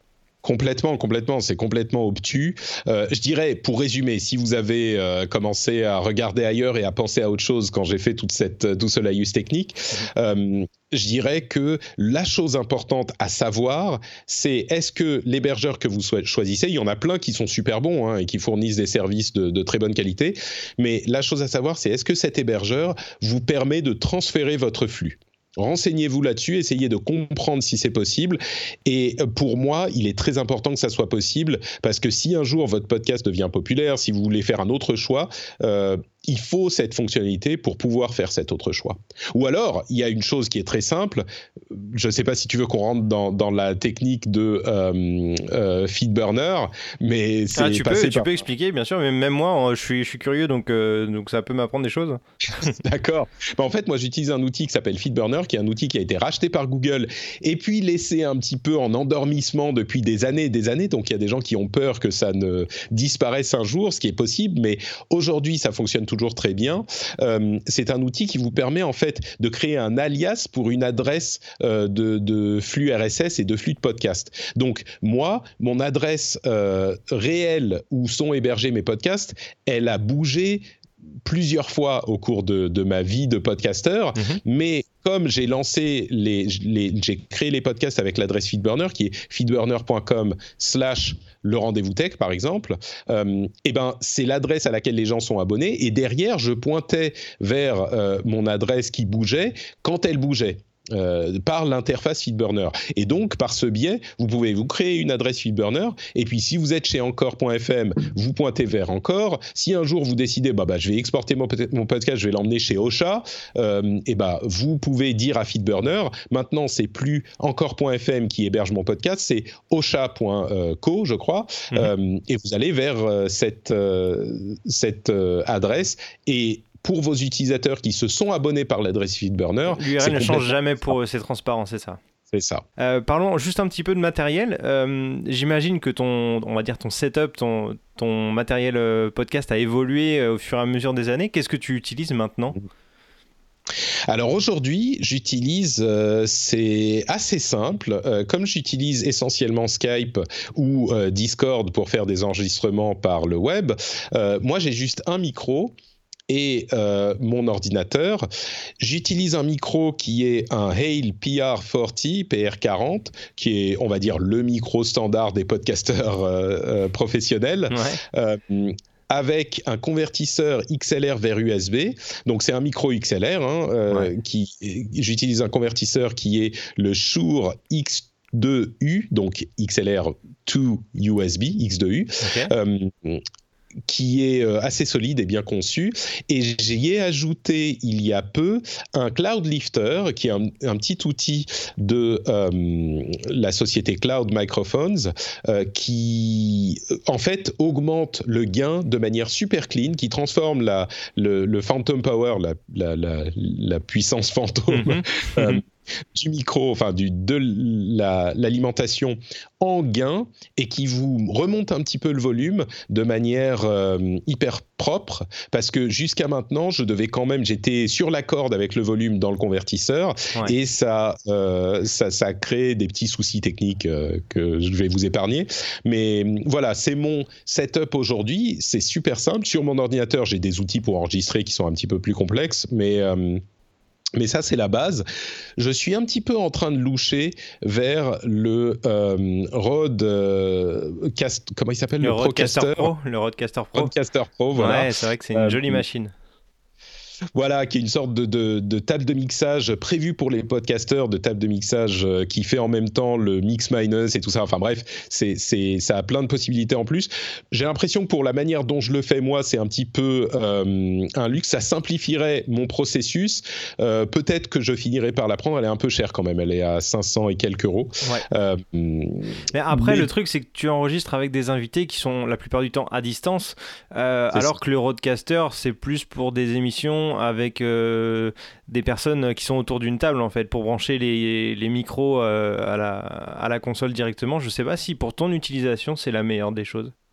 Complètement, complètement, c'est complètement obtus. Euh, je dirais, pour résumer, si vous avez euh, commencé à regarder ailleurs et à penser à autre chose quand j'ai fait toute cette, tout ce laïus technique, euh, je dirais que la chose importante à savoir, c'est est-ce que l'hébergeur que vous choisissez, il y en a plein qui sont super bons hein, et qui fournissent des services de, de très bonne qualité, mais la chose à savoir, c'est est-ce que cet hébergeur vous permet de transférer votre flux ? Renseignez-vous là-dessus, essayez de comprendre si c'est possible. Et pour moi, il est très important que ça soit possible parce que si un jour votre podcast devient populaire, si vous voulez faire un autre choix, euh, il faut cette fonctionnalité pour pouvoir faire cet autre choix. Ou alors, il y a une chose qui est très simple. Je ne sais pas si tu veux qu'on rentre dans, dans la technique de euh, euh, FeedBurner, mais c'est ah, tu passé peux, tu par... peux expliquer, bien sûr. Mais même moi, je suis, je suis curieux, donc, euh, donc ça peut m'apprendre des choses. D'accord. Bah, en fait, moi, j'utilise un outil qui s'appelle FeedBurner, qui est un outil qui a été racheté par Google et puis laissé un petit peu en endormissement depuis des années et des années. Donc, il y a des gens qui ont peur que ça ne disparaisse un jour, ce qui est possible. Mais aujourd'hui, ça fonctionne toujours très bien. Euh, c'est un outil qui vous permet en fait de créer un alias pour une adresse euh, de, de flux R S S et de flux de podcast. Donc, moi, mon adresse euh, réelle où sont hébergés mes podcasts, elle a bougé plusieurs fois au cours de, de ma vie de podcasteur, mmh. mais comme j'ai lancé les, les, j'ai créé les podcasts avec l'adresse FeedBurner qui est feedburner.com slash le rendez-vous tech par exemple, euh, et ben c'est l'adresse à laquelle les gens sont abonnés et derrière je pointais vers euh, mon adresse qui bougeait quand elle bougeait. Euh, par l'interface FeedBurner. Et donc, par ce biais, vous pouvez vous créer une adresse FeedBurner et puis si vous êtes chez Encore point F M, vous pointez vers Encore. Si un jour vous décidez, bah, bah, je vais exporter mon, mon podcast, je vais l'emmener chez Ocha, euh, et bah, vous pouvez dire à FeedBurner, maintenant c'est plus Encore point F M qui héberge mon podcast, c'est Ocha point co, je crois, mmh. euh, et vous allez vers euh, cette, euh, cette euh, adresse et pour vos utilisateurs qui se sont abonnés par l'adresse FeedBurner. L'U R L ne change jamais pour eux, c'est transparent, c'est ça. C'est ça. Euh, parlons juste un petit peu de matériel. Euh, j'imagine que ton, on va dire ton setup, ton, ton matériel podcast a évolué au fur et à mesure des années. Qu'est-ce que tu utilises maintenant ? Alors aujourd'hui, j'utilise, euh, c'est assez simple, euh, comme j'utilise essentiellement Skype ou euh, Discord pour faire des enregistrements par le web, euh, moi j'ai juste un micro et euh, mon ordinateur. J'utilise un micro qui est un Hale P R quarante, P R quarante, qui est, on va dire, le micro standard des podcasteurs euh, euh, professionnels. Ouais. Euh, avec un convertisseur X L R vers U S B. Donc, c'est un micro X L R. Hein, euh, ouais. qui, j'utilise un convertisseur qui est le Shure X deux U, donc X L R to U S B, X deux U. Okay. Euh, qui est assez solide et bien conçu. Et j'y ai ajouté il y a peu un Cloud Lifter, qui est un, un petit outil de euh, la société Cloud Microphones, euh, qui en fait augmente le gain de manière super clean, qui transforme la, le, le Phantom Power, la, la, la, la puissance fantôme, mm-hmm. euh, du micro, enfin du, de la, l'alimentation en gain et qui vous remonte un petit peu le volume de manière euh, hyper propre, parce que jusqu'à maintenant, je devais quand même, j'étais sur la corde avec le volume dans le convertisseur, ouais. et ça, euh, ça, ça a créé des petits soucis techniques euh, que je vais vous épargner. Mais voilà, c'est mon setup aujourd'hui, c'est super simple. Sur mon ordinateur, j'ai des outils pour enregistrer qui sont un petit peu plus complexes, mais... Euh, Mais ça, c'est la base. Je suis un petit peu en train de loucher vers le euh, Rode euh, cast, comment il s'appelle, le, le Procaster Pro, le Rodecaster Pro. Rodecaster Pro, voilà. Ouais, c'est vrai que c'est une euh, jolie machine. Voilà, qui est une sorte de, de, de table de mixage prévue pour les podcasteurs, de table de mixage euh, qui fait en même temps le mix minus et tout ça. Enfin bref, c'est, c'est, ça a plein de possibilités en plus. J'ai l'impression que pour la manière dont je le fais, moi, c'est un petit peu euh, un luxe. Ça simplifierait mon processus. Euh, peut-être que je finirai par la prendre. Elle est un peu chère quand même. Elle est à cinq cents et quelques euros. Ouais. Euh, mais après, mais... le truc, c'est que tu enregistres avec des invités qui sont la plupart du temps à distance, euh, alors ça. Que le Rodecaster, c'est plus pour des émissions avec euh, des personnes qui sont autour d'une table en fait pour brancher les, les micros euh, à, la, à la console directement. Je sais pas si pour ton utilisation c'est la meilleure des choses.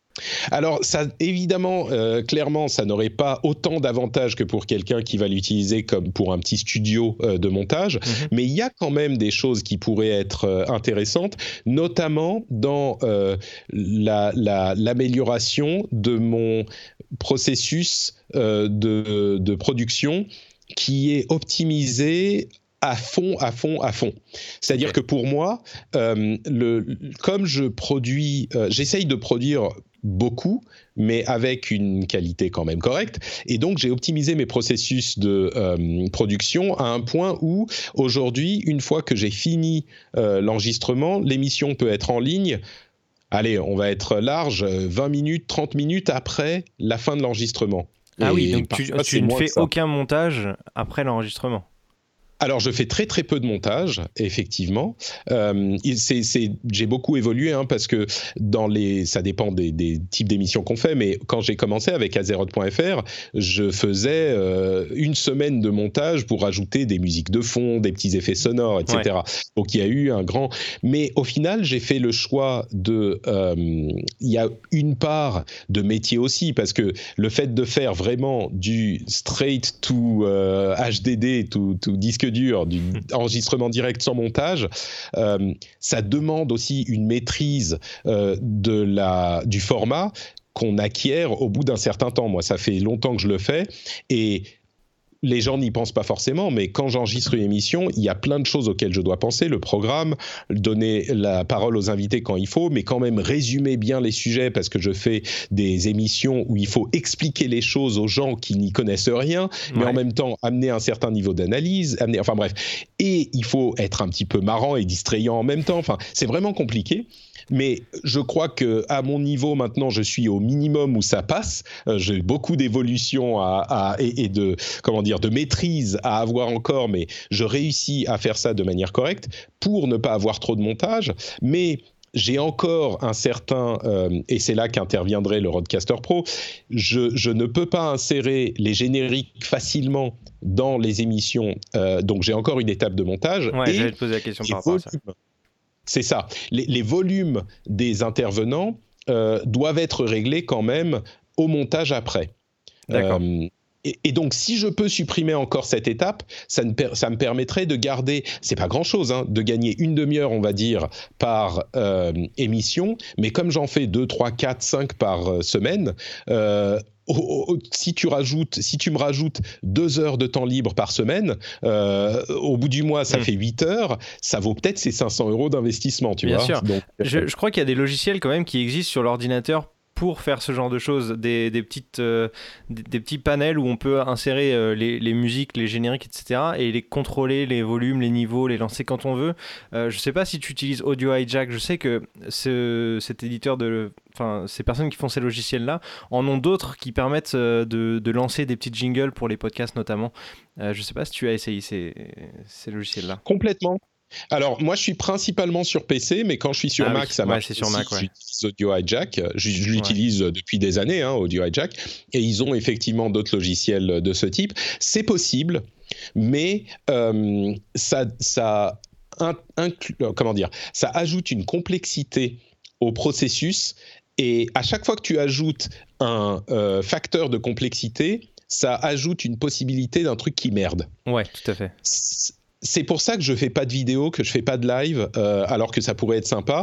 Alors, ça, évidemment, euh, clairement, ça n'aurait pas autant d'avantages que pour quelqu'un qui va l'utiliser comme pour un petit studio euh, de montage, mm-hmm. mais il y a quand même des choses qui pourraient être euh, intéressantes, notamment dans euh, la, la, l'amélioration de mon processus euh, de, de production qui est optimisé à fond, à fond, à fond. C'est-à-dire okay. que pour moi, euh, le, comme je produis, euh, j'essaye de produire beaucoup, mais avec une qualité quand même correcte. Et donc, j'ai optimisé mes processus de euh, production à un point où, aujourd'hui, une fois que j'ai fini euh, l'enregistrement, l'émission peut être en ligne. Allez, on va être large, vingt minutes, trente minutes après la fin de l'enregistrement. Ah et oui, donc tu, tu ne fais aucun montage après l'enregistrement. Alors, je fais très très peu de montage, effectivement. Euh, c'est, c'est, j'ai beaucoup évolué hein, parce que dans les, ça dépend des, des types d'émissions qu'on fait, mais quand j'ai commencé avec Azeroth point F R, je faisais euh, une semaine de montage pour ajouter des musiques de fond, des petits effets sonores, et cetera. Ouais. Donc, il y a eu un grand... Mais au final, j'ai fait le choix de... Euh, il y a une part de métier aussi, parce que le fait de faire vraiment du straight to euh, H D D, to, to disque dur, du enregistrement direct sans montage, euh, ça demande aussi une maîtrise euh, de la, du format qu'on acquiert au bout d'un certain temps. Moi, ça fait longtemps que je le fais et les gens n'y pensent pas forcément, mais quand j'enregistre une émission, il y a plein de choses auxquelles je dois penser, le programme, donner la parole aux invités quand il faut, mais quand même résumer bien les sujets parce que je fais des émissions où il faut expliquer les choses aux gens qui n'y connaissent rien, mais ouais. en même temps amener un certain niveau d'analyse, amener, enfin bref, et il faut être un petit peu marrant et distrayant en même temps, enfin c'est vraiment compliqué. Mais je crois qu'à mon niveau maintenant, je suis au minimum où ça passe. Euh, j'ai beaucoup d'évolution à, à, et, et de, comment dire, de maîtrise à avoir encore, mais je réussis à faire ça de manière correcte pour ne pas avoir trop de montage. Mais j'ai encore un certain, euh, et c'est là qu'interviendrait le Rodecaster Pro, je, je ne peux pas insérer les génériques facilement dans les émissions, euh, donc j'ai encore une étape de montage. Ouais, et j'allais te poser la question par rapport à ça. C'est ça. Les, les volumes des intervenants euh, doivent être réglés quand même au montage après. D'accord. Euh, et, et donc, si je peux supprimer encore cette étape, ça, ne per, ça me permettrait de garder, c'est pas grand-chose, hein, de gagner une demi-heure, on va dire, par euh, émission. Mais comme j'en fais deux, trois, quatre, cinq par euh, semaine, euh, Oh, oh, si tu rajoutes, si tu me rajoutes deux heures de temps libre par semaine, euh, au bout du mois, ça mmh. fait huit heures, ça vaut peut-être ces cinq cents euros d'investissement, tu Bien vois. sûr. Donc, je, je crois qu'il y a des logiciels quand même qui existent sur l'ordinateur pour faire ce genre de choses, des, des, petites, euh, des, des petits panels où on peut insérer euh, les, les musiques, les génériques, et cetera et les contrôler, les volumes, les niveaux, les lancer quand on veut. Euh, je ne sais pas si tu utilises Audio Hijack, je sais que ce, cet éditeur, de, enfin, ces personnes qui font ces logiciels-là en ont d'autres qui permettent euh, de, de lancer des petites jingles pour les podcasts notamment. Euh, je ne sais pas si tu as essayé ces, ces logiciels-là. Complètement. Alors, moi, je suis principalement sur P C, mais quand je suis sur ah Mac, oui. ça marche. Ouais, c'est sur aussi. Mac, ouais. J'utilise Audio Hijack. Je, je l'utilise ouais. depuis des années, hein, Audio Hijack. Et ils ont effectivement d'autres logiciels de ce type. C'est possible, mais euh, ça, ça, inclut, comment dire, ça ajoute une complexité au processus. Et à chaque fois que tu ajoutes un euh, facteur de complexité, ça ajoute une possibilité d'un truc qui merde. Ouais, tout à fait. C'est, C'est pour ça que je ne fais pas de vidéo, que je ne fais pas de live, euh, alors que ça pourrait être sympa.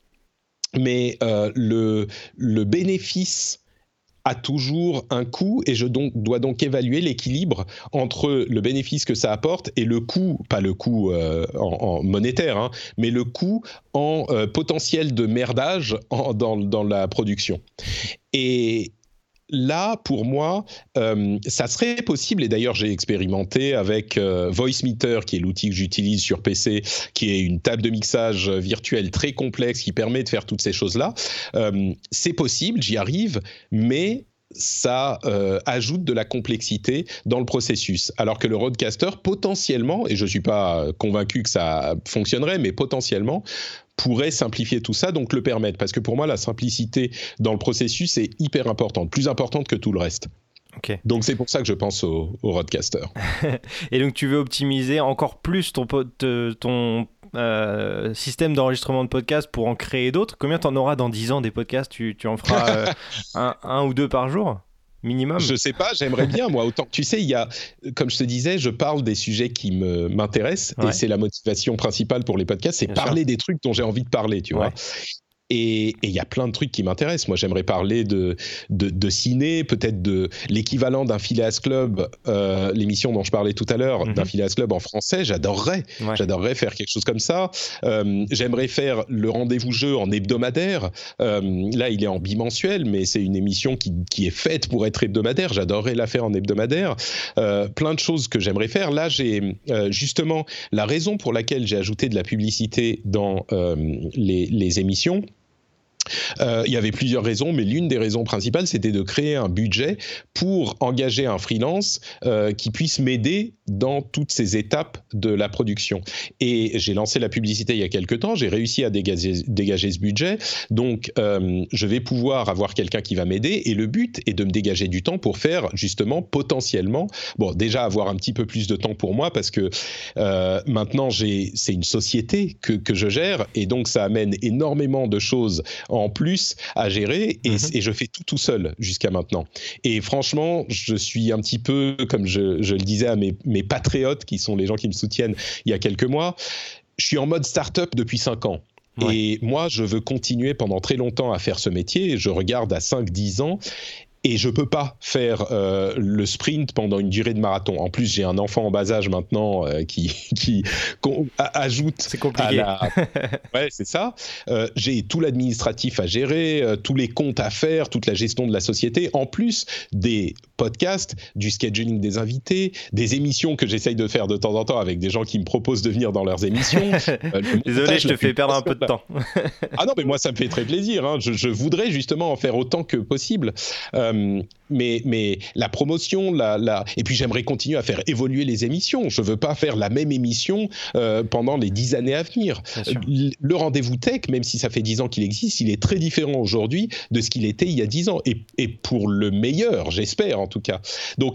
Mais euh, le, le bénéfice a toujours un coût et je donc, dois donc évaluer l'équilibre entre le bénéfice que ça apporte et le coût, pas le coût euh, en, en monétaire, hein, mais le coût en euh, potentiel de merdage en, dans, dans la production. Et... Là, pour moi, euh, ça serait possible, et d'ailleurs j'ai expérimenté avec euh, Voicemeeter, qui est l'outil que j'utilise sur P C, qui est une table de mixage virtuelle très complexe qui permet de faire toutes ces choses-là. Euh, c'est possible, j'y arrive, mais ça euh, ajoute de la complexité dans le processus. Alors que le Rodecaster, potentiellement, et je ne suis pas convaincu que ça fonctionnerait, mais potentiellement, pourrait simplifier tout ça, donc le permettre. Parce que pour moi, la simplicité dans le processus est hyper importante, plus importante que tout le reste. Okay. Donc c'est pour ça que je pense au, au Rodecaster. Et donc tu veux optimiser encore plus ton, ton, euh, système d'enregistrement de podcasts pour en créer d'autres. Combien t'en auras dans dix ans des podcasts? tu, tu en feras euh, un, un ou deux par jour minimum? Je sais pas, j'aimerais bien moi. Autant tu sais, il y a, comme je te disais, je parle des sujets qui me m'intéressent ouais. et c'est la motivation principale pour les podcasts, c'est bien parler sûr. Des trucs dont j'ai envie de parler, tu ouais. vois. Et il y a plein de trucs qui m'intéressent. Moi, j'aimerais parler de, de, de ciné, peut-être de l'équivalent d'un Phileas Club, euh, l'émission dont je parlais tout à l'heure, mm-hmm. d'un Phileas Club en français. J'adorerais. Ouais. J'adorerais faire quelque chose comme ça. Euh, j'aimerais faire le rendez-vous jeu en hebdomadaire. Euh, là, il est en bimensuel, mais c'est une émission qui, qui est faite pour être hebdomadaire. J'adorerais la faire en hebdomadaire. Euh, plein de choses que j'aimerais faire. Là, j'ai euh, justement la raison pour laquelle j'ai ajouté de la publicité dans euh, les, les émissions. Euh, il y avait plusieurs raisons, mais l'une des raisons principales, c'était de créer un budget pour engager un freelance euh, qui puisse m'aider dans toutes ces étapes de la production. Et j'ai lancé la publicité il y a quelques temps, j'ai réussi à dégager, dégager ce budget, donc euh, je vais pouvoir avoir quelqu'un qui va m'aider, et le but est de me dégager du temps pour faire justement potentiellement, bon déjà avoir un petit peu plus de temps pour moi, parce que euh, maintenant j'ai, c'est une société que, que je gère, et donc ça amène énormément de choses en plus à gérer et, mmh. et je fais tout tout seul jusqu'à maintenant. Et franchement, je suis un petit peu, comme je, je le disais à mes, mes patriotes, qui sont les gens qui me soutiennent il y a quelques mois, je suis en mode start-up depuis cinq ans. Ouais. Et moi, je veux continuer pendant très longtemps à faire ce métier. Je regarde à cinq dix ans. Et je peux pas faire euh, le sprint pendant une durée de marathon. En plus, j'ai un enfant en bas âge maintenant euh, qui qui ajoute. C'est compliqué. À la... Ouais, c'est ça. Euh, j'ai tout l'administratif à gérer, euh, tous les comptes à faire, toute la gestion de la société. En plus des podcasts, du scheduling des invités, des émissions que j'essaye de faire de temps en temps avec des gens qui me proposent de venir dans leurs émissions. euh, Désolé, je te fais perdre un peu de temps. Ah non, mais moi ça me fait très plaisir. Hein. Je, je voudrais justement en faire autant que possible. Euh, Mais, mais la promotion, la, la... et puis j'aimerais continuer à faire évoluer les émissions. Je ne veux pas faire la même émission euh, pendant les dix années à venir. Le rendez-vous tech, même si ça fait dix ans qu'il existe, il est très différent aujourd'hui de ce qu'il était il y a dix ans. Et, et pour le meilleur, j'espère en tout cas. Donc,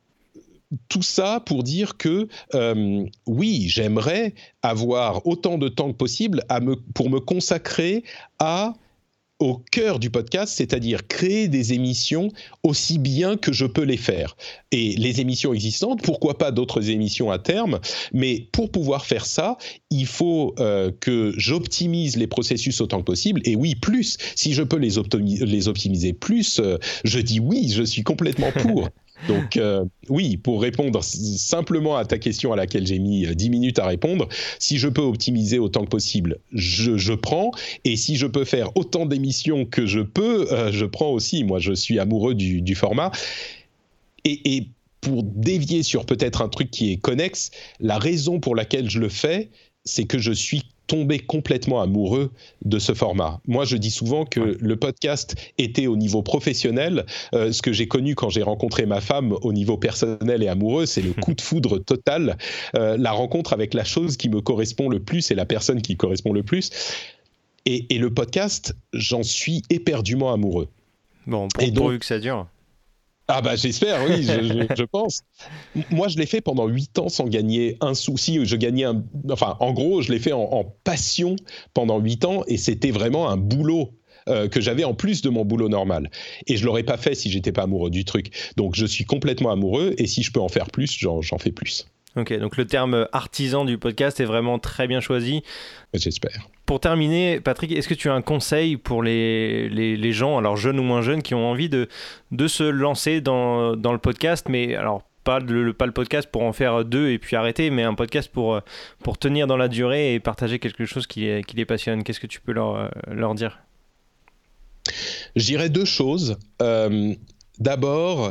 tout ça pour dire que euh, oui, j'aimerais avoir autant de temps que possible à me, pour me consacrer à... au cœur du podcast, c'est-à-dire créer des émissions aussi bien que je peux les faire. Et les émissions existantes, pourquoi pas d'autres émissions à terme, mais pour pouvoir faire ça, il faut euh, que j'optimise les processus autant que possible. Et oui, plus, si je peux les, optimi- les optimiser plus, euh, je dis oui, je suis complètement pour. Donc euh, oui, pour répondre simplement à ta question à laquelle j'ai mis dix minutes à répondre, si je peux optimiser autant que possible, je, je prends. Et si je peux faire autant d'émissions que je peux, euh, je prends aussi. Moi, je suis amoureux du, du format. Et, et pour dévier sur peut-être un truc qui est connexe, la raison pour laquelle je le fais, c'est que je suis tombé complètement amoureux de ce format. Moi, je dis souvent que ouais. le podcast était au niveau professionnel. Euh, ce que j'ai connu quand j'ai rencontré ma femme au niveau personnel et amoureux, c'est le coup de foudre total. Euh, la rencontre avec la chose qui me correspond le plus et la personne qui correspond le plus. Et, et le podcast, j'en suis éperdument amoureux. Bon, pour, et donc, pourvu que ça dure. Ah bah j'espère, oui, je, je, je pense. Moi, je l'ai fait pendant huit ans sans gagner un souci. Je gagnais un... Enfin, en gros, je l'ai fait en, en passion pendant huit ans et c'était vraiment un boulot euh, que j'avais en plus de mon boulot normal. Et je ne l'aurais pas fait si je n'étais pas amoureux du truc. Donc, je suis complètement amoureux et si je peux en faire plus, j'en, j'en fais plus. Ok, donc le terme artisan du podcast est vraiment très bien choisi. J'espère. Pour terminer, Patrick, est-ce que tu as un conseil pour les, les, les gens, alors jeunes ou moins jeunes, qui ont envie de, de se lancer dans, dans le podcast, mais alors pas le, pas le podcast pour en faire deux et puis arrêter, mais un podcast pour, pour tenir dans la durée et partager quelque chose qui les, qui les passionne. Qu'est-ce que tu peux leur, leur dire ? Je dirais deux choses. Euh, d'abord,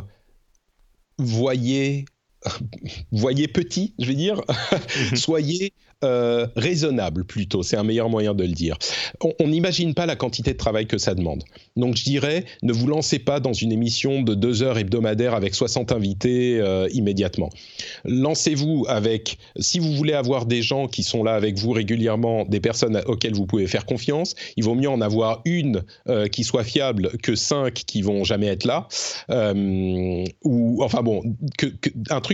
voyez... voyez petit, je vais dire, soyez euh, raisonnable plutôt, c'est un meilleur moyen de le dire. On n'imagine pas la quantité de travail que ça demande. Donc je dirais, ne vous lancez pas dans une émission de deux heures hebdomadaire avec soixante invités euh, immédiatement. Lancez-vous avec, si vous voulez avoir des gens qui sont là avec vous régulièrement, des personnes auxquelles vous pouvez faire confiance, il vaut mieux en avoir une euh, qui soit fiable que cinq qui vont jamais être là. Euh, ou enfin bon, que, que, un truc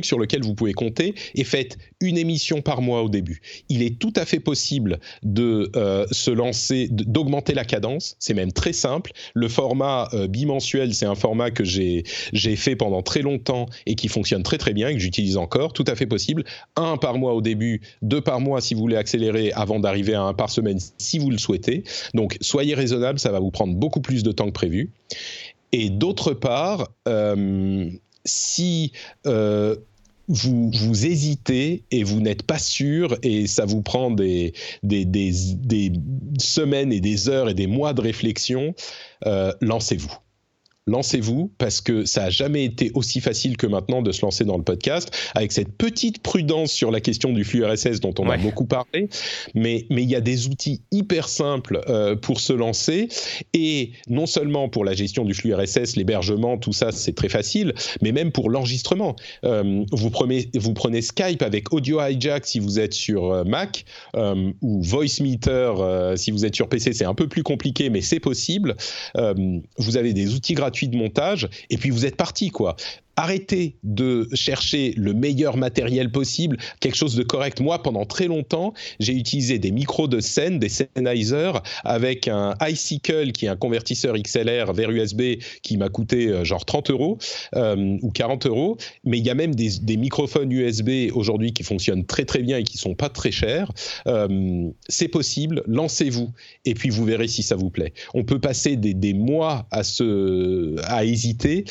truc sur lequel vous pouvez compter et faites une émission par mois au début. Il est tout à fait possible de euh, se lancer, d'augmenter la cadence. C'est même très simple. Le format euh, bimensuel, c'est un format que j'ai, j'ai fait pendant très longtemps et qui fonctionne très très bien et que j'utilise encore. Tout à fait possible. Un par mois au début, deux par mois si vous voulez accélérer avant d'arriver à un par semaine si vous le souhaitez. Donc soyez raisonnable, ça va vous prendre beaucoup plus de temps que prévu. Et d'autre part, euh, si euh, vous, vous hésitez et vous n'êtes pas sûr et ça vous prend des, des, des, des semaines et des heures et des mois de réflexion, euh, lancez-vous. Lancez-vous parce que ça n'a jamais été aussi facile que maintenant de se lancer dans le podcast avec cette petite prudence sur la question du flux R S S dont on ouais. a beaucoup parlé, mais mais il y a des outils hyper simples euh, pour se lancer et non seulement pour la gestion du flux R S S, l'hébergement, tout ça c'est très facile, mais même pour l'enregistrement. Euh, vous prenez vous prenez Skype avec Audio Hijack si vous êtes sur euh, Mac euh, ou Voicemeeter euh, si vous êtes sur P C, c'est un peu plus compliqué mais c'est possible. Euh, vous avez des outils gratuits de montage et puis vous êtes parti quoi. Arrêtez de chercher le meilleur matériel possible, quelque chose de correct. Moi, pendant très longtemps, j'ai utilisé des micros de scène, des Sennheiser, avec un iCycle, qui est un convertisseur X L R vers U S B, qui m'a coûté euh, genre trente euros euh, ou quarante euros. Mais il y a même des, des microphones U S B aujourd'hui qui fonctionnent très très bien et qui sont pas très chers. Euh, c'est possible, lancez-vous et puis vous verrez si ça vous plaît. On peut passer des, des mois à, se, à hésiter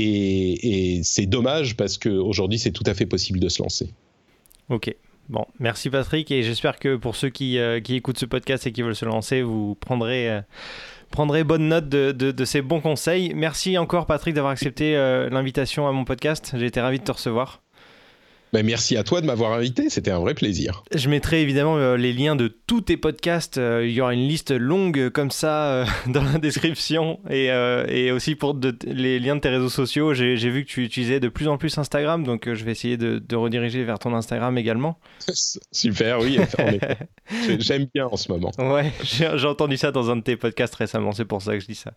et, et c'est dommage parce qu'aujourd'hui, c'est tout à fait possible de se lancer. Ok. Bon, merci Patrick. Et j'espère que pour ceux qui, euh, qui écoutent ce podcast et qui veulent se lancer, vous prendrez, euh, prendrez bonne note de, de, de ces bons conseils. Merci encore Patrick d'avoir accepté euh, l'invitation à mon podcast. J'ai été ravi de te recevoir. Ben merci à toi de m'avoir invité, c'était un vrai plaisir. Je mettrai évidemment euh, les liens de tous tes podcasts, euh, il y aura une liste longue comme ça euh, dans la description et, euh, et aussi pour de, les liens de tes réseaux sociaux. J'ai, j'ai vu que tu utilisais de plus en plus Instagram, donc euh, je vais essayer de, de rediriger vers ton Instagram également. Super, oui, j'aime bien en ce moment. Ouais, j'ai, j'ai entendu ça dans un de tes podcasts récemment, c'est pour ça que je dis ça.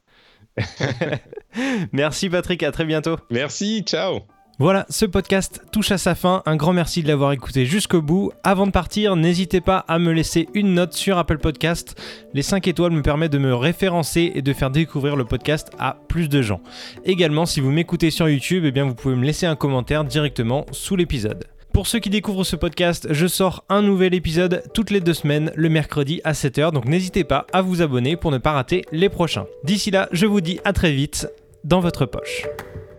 Merci Patrick, à très bientôt. Merci, ciao. Voilà, ce podcast touche à sa fin. Un grand merci de l'avoir écouté jusqu'au bout. Avant de partir, n'hésitez pas à me laisser une note sur Apple Podcast. Les cinq étoiles me permettent de me référencer et de faire découvrir le podcast à plus de gens. Également, si vous m'écoutez sur YouTube, eh bien vous pouvez me laisser un commentaire directement sous l'épisode. Pour ceux qui découvrent ce podcast, je sors un nouvel épisode toutes les deux semaines, le mercredi à sept heures. Donc n'hésitez pas à vous abonner pour ne pas rater les prochains. D'ici là, je vous dis à très vite dans votre poche.